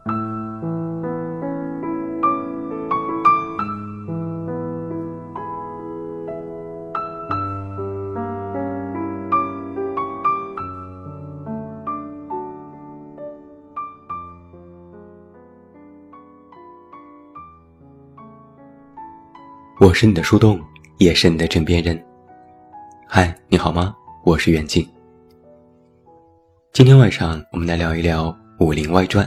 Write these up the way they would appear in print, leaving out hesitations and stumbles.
我是你的树洞，也是你的枕边人。嗨，你好吗？我是远近。今天晚上我们来聊一聊《武林外传》。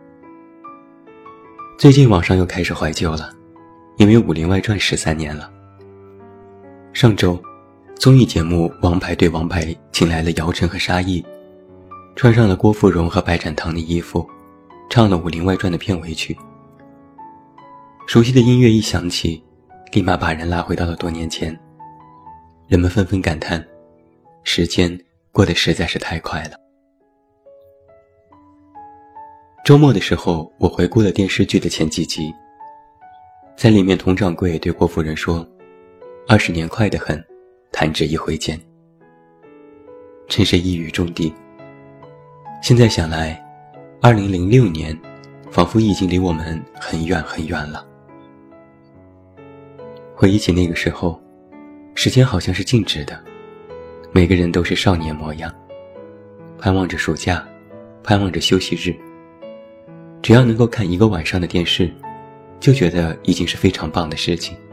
最近网上又开始怀旧了，因为《武林外传》13年了。上周，综艺节目《王牌对王牌》请来了姚晨和沙溢，穿上了郭芙蓉和白展堂的衣服，唱了《武林外传》的片尾曲。熟悉的音乐一响起，立马把人拉回到了多年前，人们纷纷感叹，时间过得实在是太快了。周末的时候，我回顾了电视剧的前几集，在里面佟掌柜对郭芙蓉说，20年快得很，弹指一挥间，真是一语中的。现在想来，2006年仿佛已经离我们很远很远了。回忆起那个时候，时间好像是静止的，每个人都是少年模样，盼望着暑假，盼望着休息日，只要能够看一个晚上的电视，就觉得已经是非常棒的事情。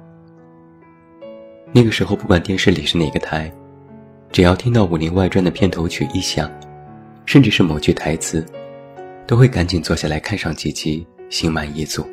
那个时候不管电视里是哪个台，只要听到《武林外传》的片头曲一响，甚至是某句台词，都会赶紧坐下来看上几集，心满意足。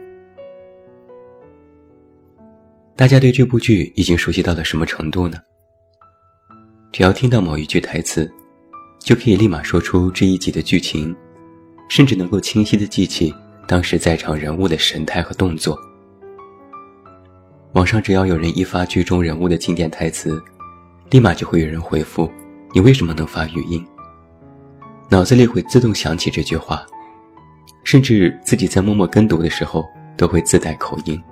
大家对这部剧已经熟悉到了什么程度呢？只要听到某一句台词，就可以立马说出这一集的剧情，甚至能够清晰地记起当时在场人物的神态和动作。网上只要有人一发剧中人物的经典台词，立马就会有人回复你为什么能发语音，脑子里会自动想起这句话，甚至自己在默默跟读的时候都会自带口音。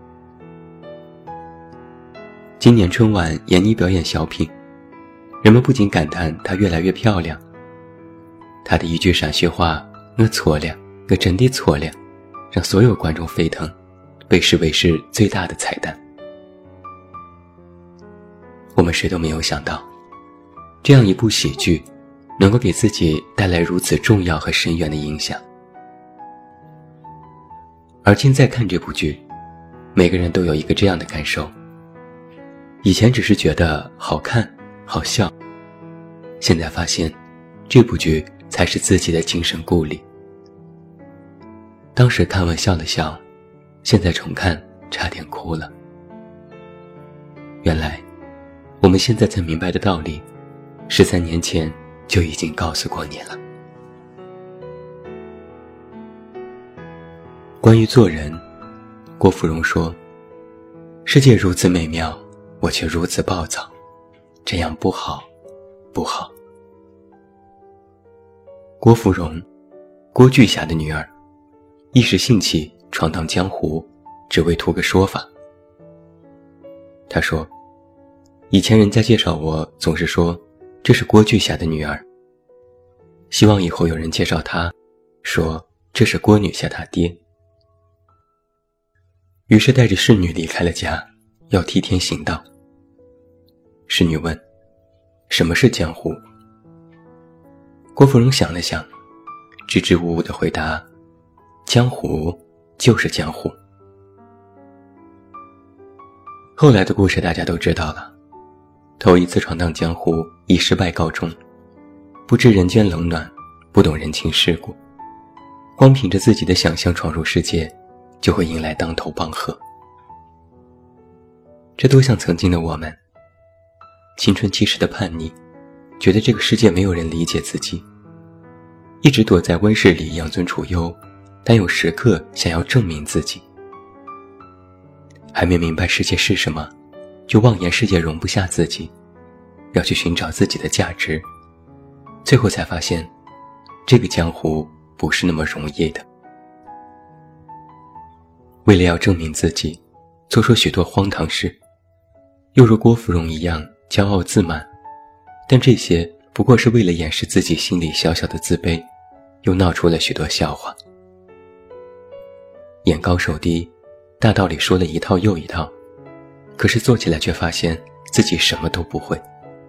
今年春晚闫妮表演小品，人们不仅感叹她越来越漂亮，她的一句陕西话我错了，我真的错了，让所有观众沸腾，被视为是最大的彩蛋。我们谁都没有想到，这样一部喜剧能够给自己带来如此重要和深远的影响。而今再看这部剧，每个人都有一个这样的感受，以前只是觉得好看好笑，现在发现这部剧才是自己的精神故里。当时看完笑了笑，现在重看差点哭了。原来我们现在才明白的道理，13年前就已经告诉过你了。关于做人，郭芙蓉说，世界如此美妙，我却如此暴躁，这样不好，不好。郭芙蓉，郭巨侠的女儿，一时兴起闯荡江湖，只为图个说法。她说，以前人家介绍我总是说这是郭巨侠的女儿，希望以后有人介绍她说这是郭女侠她爹。于是带着侍女离开了家，要替天行道。侍女问，什么是江湖？郭芙蓉想了想，支支吾吾地回答，江湖就是江湖。后来的故事大家都知道了，头一次闯荡江湖以失败告终，不知人间冷暖，不懂人情世故，光凭着自己的想象闯入世界，就会迎来当头棒喝。这多像曾经的我们，青春期时的叛逆，觉得这个世界没有人理解自己，一直躲在温室里养尊处优，但又时刻想要证明自己。还没明白世界是什么，就妄言世界容不下自己，要去寻找自己的价值，最后才发现这个江湖不是那么容易的。为了要证明自己，做出许多荒唐事，又如郭芙蓉一样骄傲自满，但这些不过是为了掩饰自己心里小小的自卑，又闹出了许多笑话。 眼高手低，大道理说了一套又一套，可是做起来却发现自己什么都不会。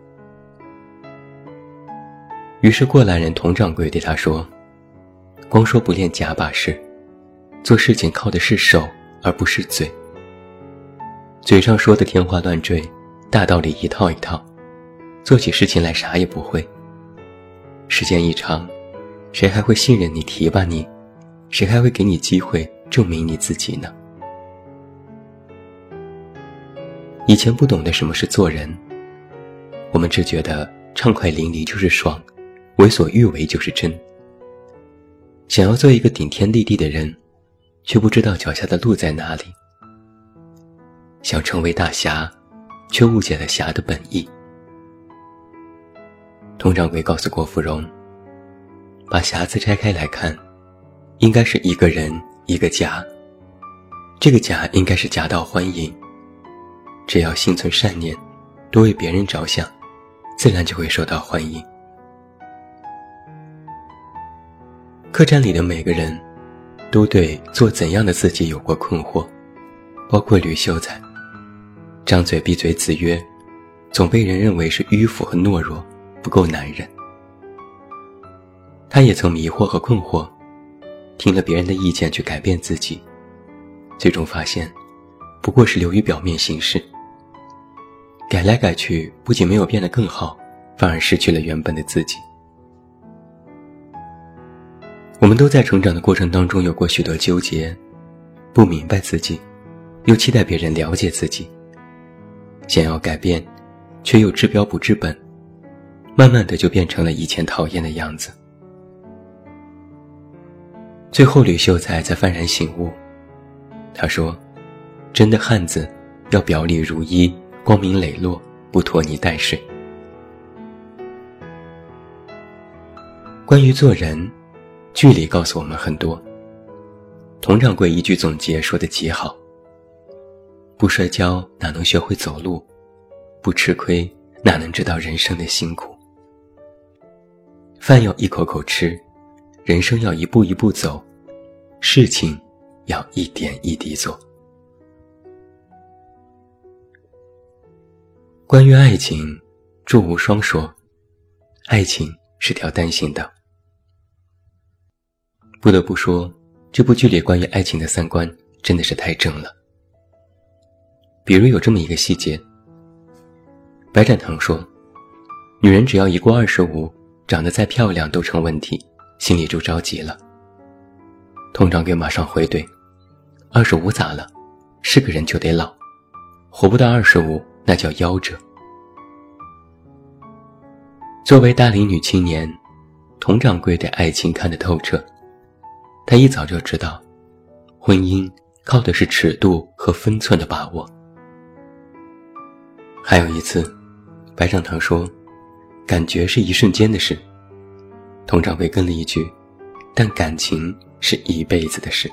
于是过来人佟掌柜对他说，光说不练假把式，做事情靠的是手而不是嘴。嘴上说的天花乱坠，大道理一套一套，做起事情来啥也不会。时间一长，谁还会信任你提拔你？谁还会给你机会证明你自己呢？以前不懂得什么是做人，我们只觉得畅快淋漓就是爽，为所欲为就是真。想要做一个顶天立地的人，却不知道脚下的路在哪里。想成为大侠，却误解了侠的本意。佟掌柜告诉郭芙蓉，把匣子拆开来看，应该是一个人一个家，这个家应该是夹道欢迎。只要心存善念，多为别人着想，自然就会受到欢迎。客栈里的每个人都对做怎样的自己有过困惑，包括吕秀才，张嘴闭嘴子曰，总被人认为是迂腐和懦弱，不够男人。他也曾迷惑和困惑，听了别人的意见去改变自己，最终发现不过是流于表面形式。改来改去，不仅没有变得更好，反而失去了原本的自己。我们都在成长的过程当中有过许多纠结，不明白自己，又期待别人了解自己，想要改变，却又治标不治本，慢慢的就变成了以前讨厌的样子。最后吕秀才才幡然醒悟，他说，真的汉子要表里如一，光明磊落，不拖泥带水。关于做人，剧里告诉我们很多。佟掌柜一句总结说得极好，不摔跤哪能学会走路，不吃亏哪能知道人生的辛苦。饭要一口口吃，人生要一步一步走，事情要一点一滴做。关于爱情，祝无双说，爱情是条单行道。不得不说，这部剧里关于爱情的三观真的是太正了。比如有这么一个细节，白展堂说，女人只要一过25，长得再漂亮都成问题，心里就着急了。佟掌柜马上回怼，25咋了？是个人就得老，活不到25那叫夭折。作为大龄女青年，佟掌柜对爱情看得透彻，他一早就知道，婚姻靠的是尺度和分寸的把握。还有一次，白展堂说，感觉是一瞬间的事，佟掌柜跟了一句，但感情是一辈子的事。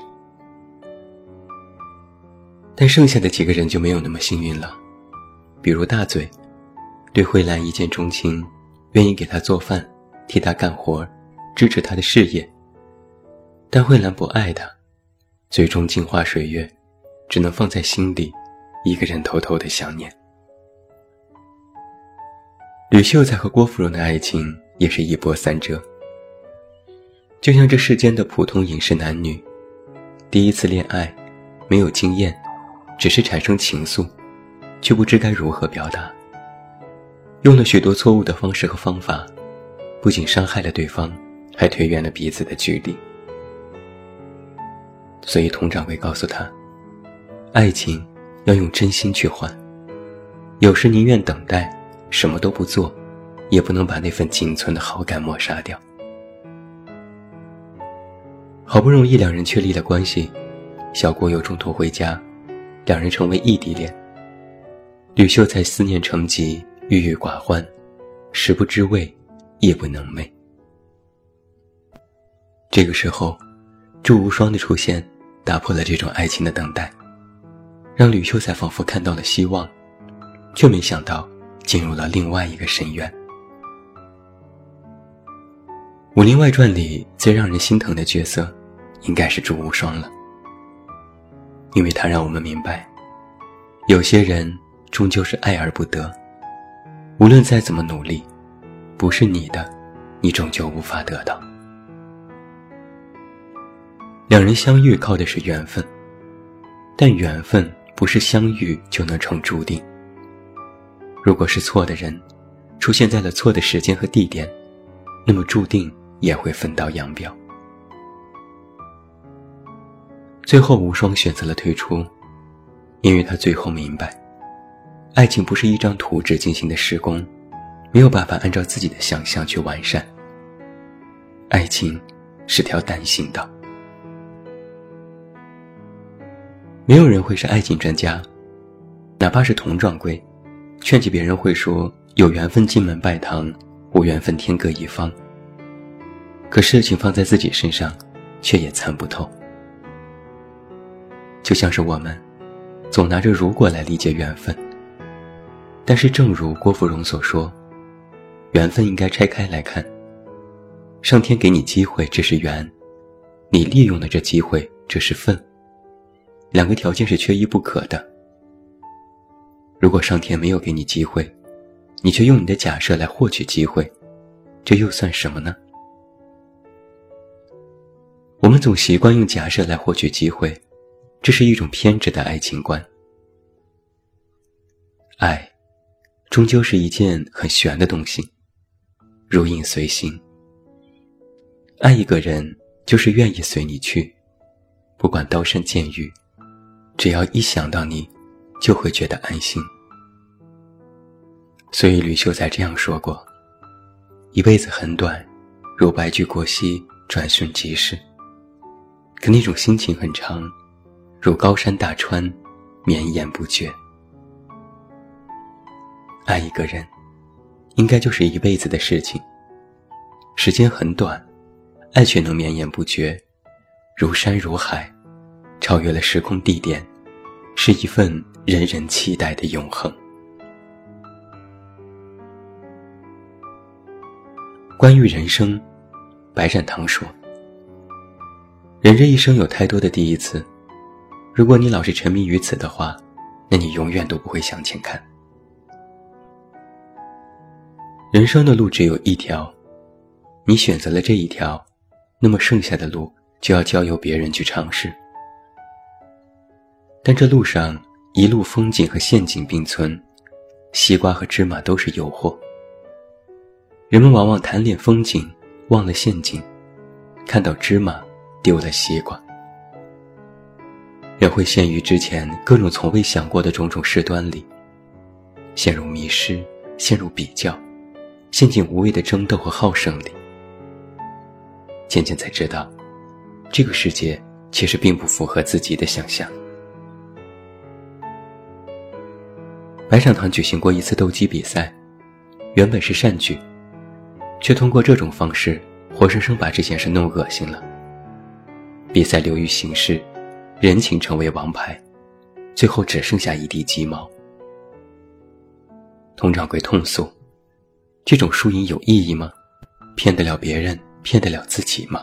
但剩下的几个人就没有那么幸运了，比如大嘴，对慧兰一见钟情，愿意给她做饭，替她干活，支持她的事业。但慧兰不爱他，最终镜花水月，只能放在心里，一个人偷偷的想念。吕秀才和郭芙蓉的爱情也是一波三折。就像这世间的普通饮食男女，第一次恋爱，没有经验，只是产生情愫，却不知该如何表达，用了许多错误的方式和方法，不仅伤害了对方，还推远了彼此的距离。所以佟掌柜告诉他，爱情要用真心去换，有时宁愿等待，什么都不做，也不能把那份仅存的好感抹杀掉。好不容易两人确立了关系，小郭又中途回家，两人成为异地恋。吕秀才思念成疾，郁郁寡欢，食不知味，夜不能寐。这个时候，祝无双的出现打破了这种爱情的等待，让吕秀才仿佛看到了希望，却没想到进入了另外一个深渊。《武林外传》里最让人心疼的角色应该是祝无双了。 因为它让我们明白，有些人终究是爱而不得，无论再怎么努力，不是你的，你终究无法得到。两人相遇靠的是缘分，但缘分不是相遇就能成注定。如果是错的人出现在了错的时间和地点，那么注定也会分道扬镳。最后无双选择了退出，因为他最后明白，爱情不是一张图纸进行的施工，没有办法按照自己的想象去完善。爱情是条单行道。没有人会是爱情专家，哪怕是佟掌柜，劝解别人会说有缘分进门拜堂，无缘分天各一方。可事情放在自己身上，却也参不透。就像是我们总拿着如果来理解缘分，但是正如郭芙蓉所说，缘分应该拆开来看。上天给你机会，这是缘；你利用了这机会，这是分。两个条件是缺一不可的。如果上天没有给你机会，你却用你的假设来获取机会，这又算什么呢？我们总习惯用假设来获取机会，这是一种偏执的爱情观。爱终究是一件很玄的东西，如影随形。爱一个人就是愿意随你去，不管刀山剑雨，只要一想到你，就会觉得安心。所以吕秀才这样说过，一辈子很短，如白驹过隙，转瞬即逝。可那种心情很长，如高山大川，绵延不绝。爱一个人应该就是一辈子的事情，时间很短，爱却能绵延不绝，如山如海，超越了时空地点，是一份人人期待的永恒。关于人生，白展堂说，人这一生有太多的第一次，如果你老是沉迷于此的话，那你永远都不会向前看。人生的路只有一条，你选择了这一条，那么剩下的路就要交由别人去尝试。但这路上一路风景和陷阱并存，西瓜和芝麻都是诱惑。人们往往贪恋风景，忘了陷阱，看到芝麻，丢了西瓜。人会陷于之前各种从未想过的种种事端里，陷入迷失，陷入比较，陷进无谓的争斗和好胜里。渐渐才知道，这个世界其实并不符合自己的想象。白展堂举行过一次斗鸡比赛，原本是善举，却通过这种方式活生生把这件事弄恶心了。比赛流于形式，人情成为王牌，最后只剩下一地鸡毛。佟掌柜痛诉，这种输赢有意义吗？骗得了别人，骗得了自己吗？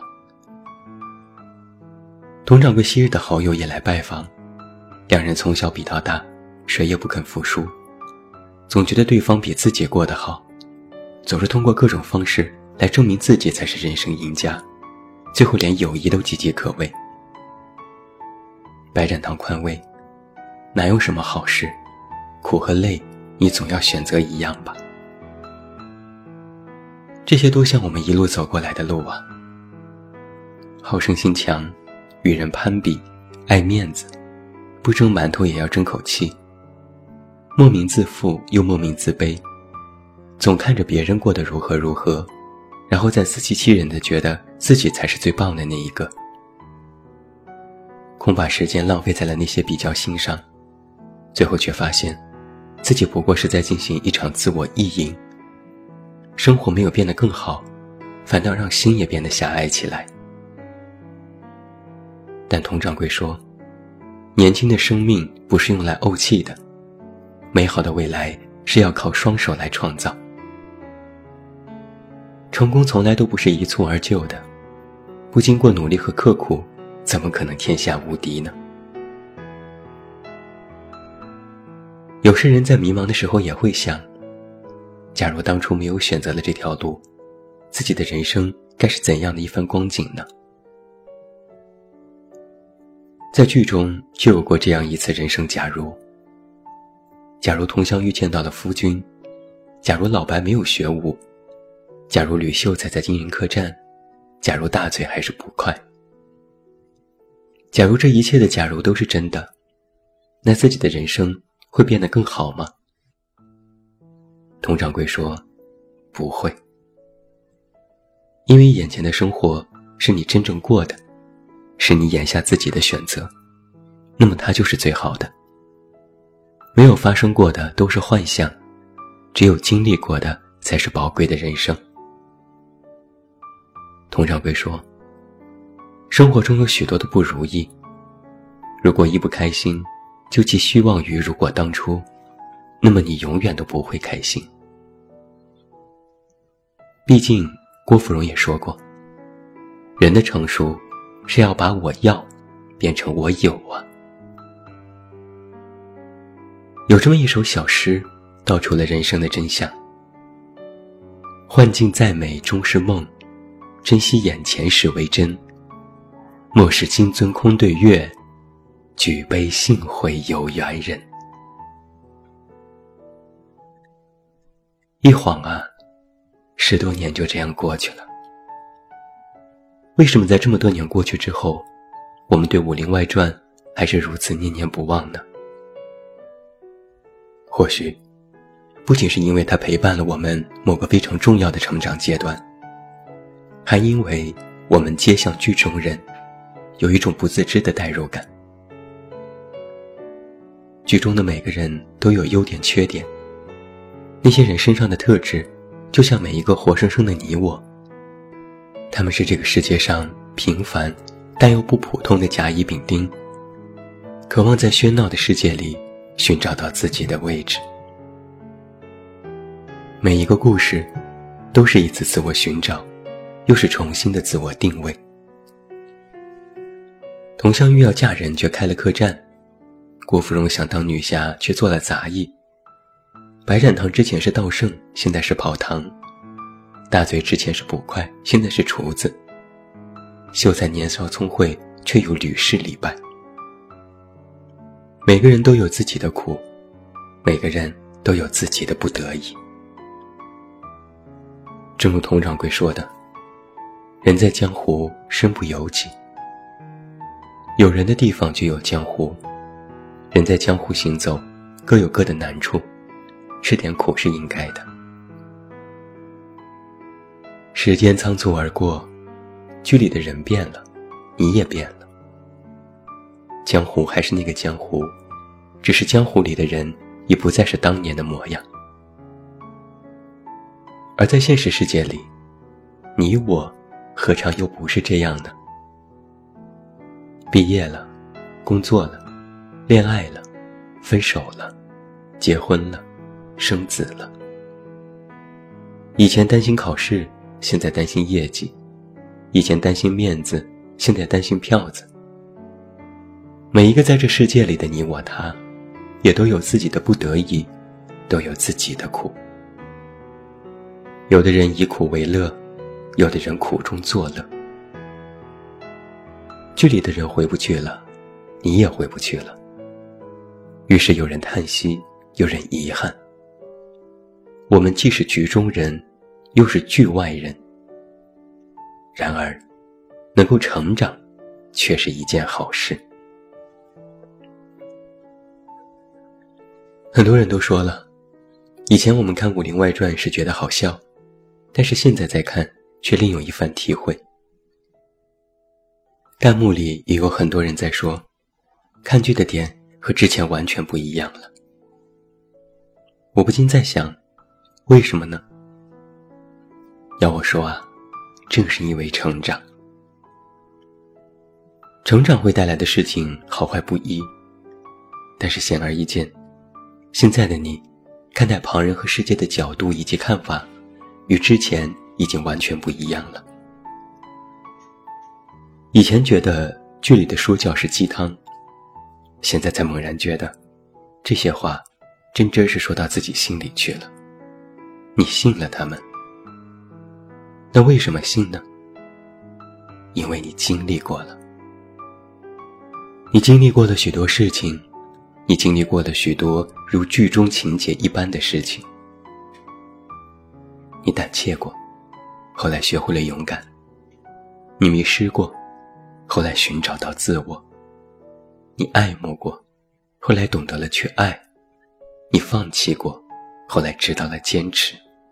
佟掌柜昔日的好友也来拜访，两人从小比到大，谁也不肯服输，总觉得对方比自己过得好，总是通过各种方式来证明自己才是人生赢家，最后连友谊都岌岌可危。白展堂宽慰，哪有什么好事，苦和累你总要选择一样吧。这些都像我们一路走过来的路啊，好胜心强，与人攀比，爱面子，不争馒头也要争口气，莫名自负又莫名自卑，总看着别人过得如何如何，然后再自欺欺人地觉得自己才是最棒的那一个，空把时间浪费在了那些比较心上，最后却发现自己不过是在进行一场自我意淫，生活没有变得更好，反倒让心也变得狭隘起来。但佟掌柜说，年轻的生命不是用来怄气的，美好的未来是要靠双手来创造。成功从来都不是一蹴而就的，不经过努力和刻苦，怎么可能天下无敌呢？ 有些人在迷茫的时候也会想，假如当初没有选择了这条路，自己的人生该是怎样的一番光景呢？在剧中就有过这样一次人生假如。假如佟湘玉见到了夫君，假如老白没有学武，假如吕秀才在经营客栈，假如大嘴还是捕快。假如这一切的假如都是真的，那自己的人生会变得更好吗？佟掌柜说，不会。因为眼前的生活是你真正过的，是你眼下自己的选择，那么它就是最好的。没有发生过的都是幻象，只有经历过的才是宝贵的人生。佟掌柜说，生活中有许多的不如意，如果一不开心就寄希望于如果当初，那么你永远都不会开心。毕竟郭芙蓉也说过，人的成熟是要把我要变成我有啊。有这么一首小诗道出了人生的真相，幻境再美终是梦，珍惜眼前始为真，莫使金樽空对月，举杯幸会有缘人。一晃啊，10多年就这样过去了。为什么在这么多年过去之后，我们对《武林外传》还是如此念念不忘呢？或许不仅是因为它陪伴了我们某个非常重要的成长阶段，还因为我们皆像剧中人，有一种不自知的代入感。剧中的每个人都有优点缺点，那些人身上的特质就像每一个活生生的你我，他们是这个世界上平凡但又不普通的甲乙丙丁，渴望在喧闹的世界里寻找到自己的位置。每一个故事都是一次自我寻找，又是重新的自我定位。佟湘玉要嫁人却开了客栈，郭芙蓉想当女侠却做了杂役，白展堂之前是道圣，现在是跑堂，大嘴之前是捕快，现在是厨子，秀才年少聪慧，却有屡试礼败。每个人都有自己的苦，每个人都有自己的不得已。正如佟掌柜说的，人在江湖身不由己，有人的地方就有江湖，人在江湖行走各有各的难处，吃点苦是应该的。时间仓促而过，剧里的人变了，你也变了。江湖还是那个江湖，只是江湖里的人已不再是当年的模样。而在现实世界里，你我何尝又不是这样呢？毕业了，工作了，恋爱了，分手了，结婚了，生子了。以前担心考试，现在担心业绩；以前担心面子，现在担心票子。每一个在这世界里的你我他，也都有自己的不得已，都有自己的苦。有的人以苦为乐，有的人苦中作乐。剧里的人回不去了，你也回不去了。于是有人叹息，有人遗憾。我们既是局中人，又是剧外人。然而，能够成长，却是一件好事。很多人都说了，以前我们看《武林外传》是觉得好笑，但是现在再看，却另有一番体会。弹幕里也有很多人在说，看剧的点和之前完全不一样了。我不禁在想，为什么呢？要我说啊，正是因为成长。成长会带来的事情好坏不一，但是显而易见，现在的你看待旁人和世界的角度以及看法，与之前已经完全不一样了。以前觉得剧里的说教是鸡汤，现在才猛然觉得这些话真是说到自己心里去了。你信了他们，那为什么信呢？因为你经历过了。你经历过了许多事情，你经历过了许多如剧中情节一般的事情。你胆怯过，后来学会了勇敢；你迷失过，后来寻找到自我；你爱慕过，后来懂得了去爱；你放弃过，后来知道了坚持。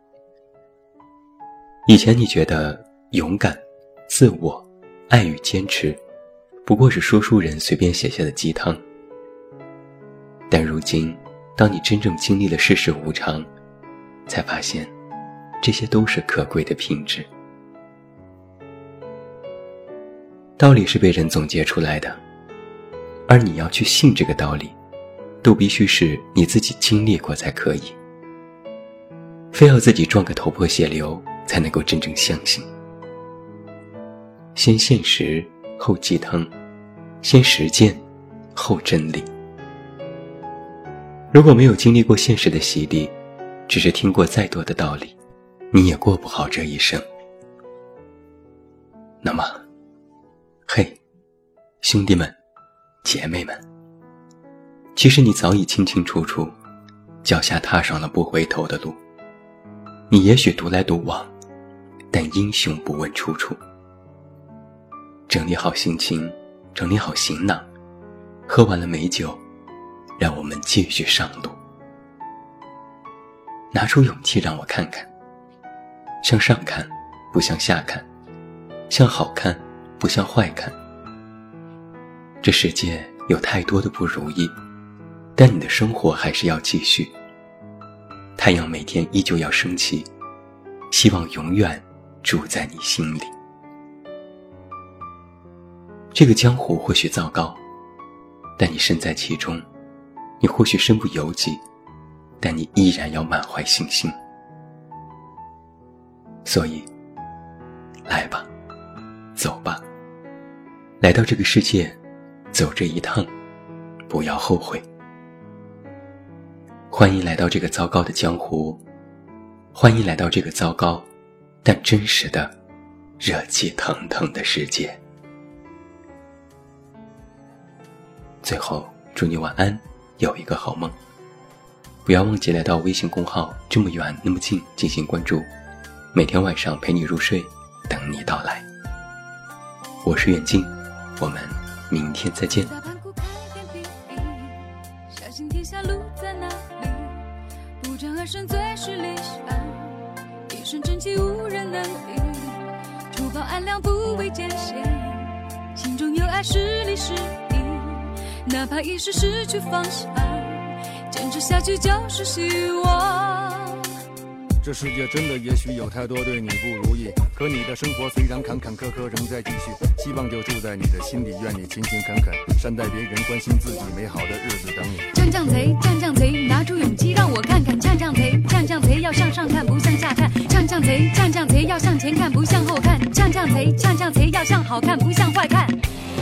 以前你觉得勇敢、自我、爱与坚持不过是说书人随便写下的鸡汤，但如今当你真正经历了世事无常，才发现这些都是可贵的品质。道理是被人总结出来的，而你要去信这个道理，都必须是你自己经历过才可以。非要自己撞个头破血流才能够真正相信。先现实后鸡汤，先实践后真理。如果没有经历过现实的洗礼，只是听过再多的道理，你也过不好这一生。那么嘿，兄弟们姐妹们，其实你早已清清楚楚，脚下踏上了不回头的路。你也许独来独往，但英雄不问出处。整理好心情，整理好行囊，喝完了美酒，让我们继续上路。拿出勇气让我看看，向上看不向下看，向好看不向坏看。这世界有太多的不如意，但你的生活还是要继续。太阳每天依旧要升起，希望永远住在你心里。这个江湖或许糟糕，但你身在其中；你或许身不由己，但你依然要满怀信心。所以来吧，走吧，来到这个世界，走这一趟，不要后悔。欢迎来到这个糟糕的江湖，欢迎来到这个糟糕但真实的热气腾腾的世界。最后祝你晚安，有一个好梦。不要忘记来到微信公号这么远那么近进行关注，每天晚上陪你入睡，等你到来。我是远近，我们明天再见。小心天下路在哪里，不战而胜最是理想，一身正气无人能敌，除暴安良不畏艰险，心中有爱是理是义，哪怕一时失去方向，坚持下去就是希望。 这世界真的也许有太多对你不如意，可你的生活虽然坎坎坷坷仍在继续，希望就住在你的心里，愿你勤勤恳恳，善待别人，关心自己，美好的日子等你。 降降贼，降降贼，拿出勇气让我看看。降降贼，降降贼，要向上看不向下看。降降贼，降降贼，要向前看不向后看。降降贼，降降贼，要向好看不向坏看。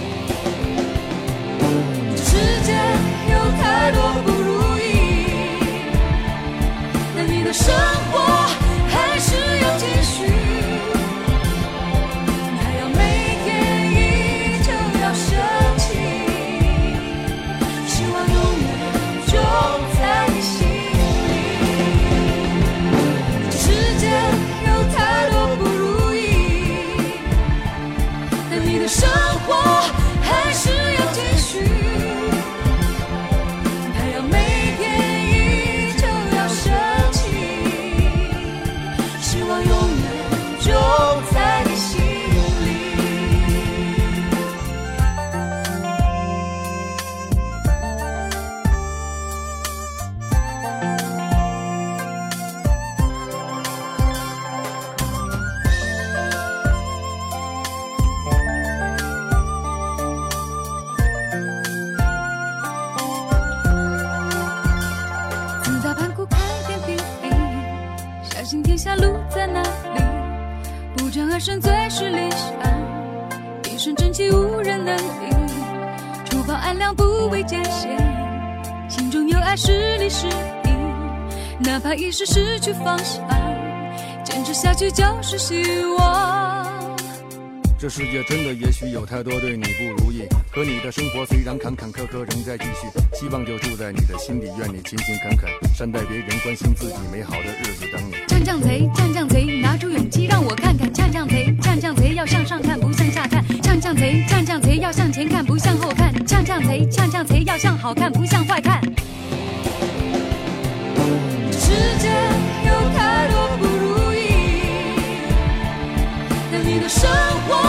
这世界有太多不如意，但你的生活还是要继续，还要每天依旧要升起，希望永远就在你心里。这世界有太多不如意，但你的生活还是要继续，还要每天依旧要升起，希望永远就在你心里。自大盘古开天辟地，小心天下路在哪里，不战而胜最是理想，一身正气无人能敌，除暴安良不畏艰险，心中有爱是理是义， 哪怕一时失去方向，坚持下去就是希望。 这世界真的也许有太多对你不如意，可你的生活虽然坎坎坷坷仍在继续，希望就住在你的心里，愿你勤勤恳恳，善待别人，关心自己，美好的日子等你。 降贼，降贼，拿出勇气让我看看，降贼，降贼，要向上看不向下看，降贼，降贼，要向前看不向后看，降贼，贼，要向好看不向坏看。世界有太多不如意，但你的生活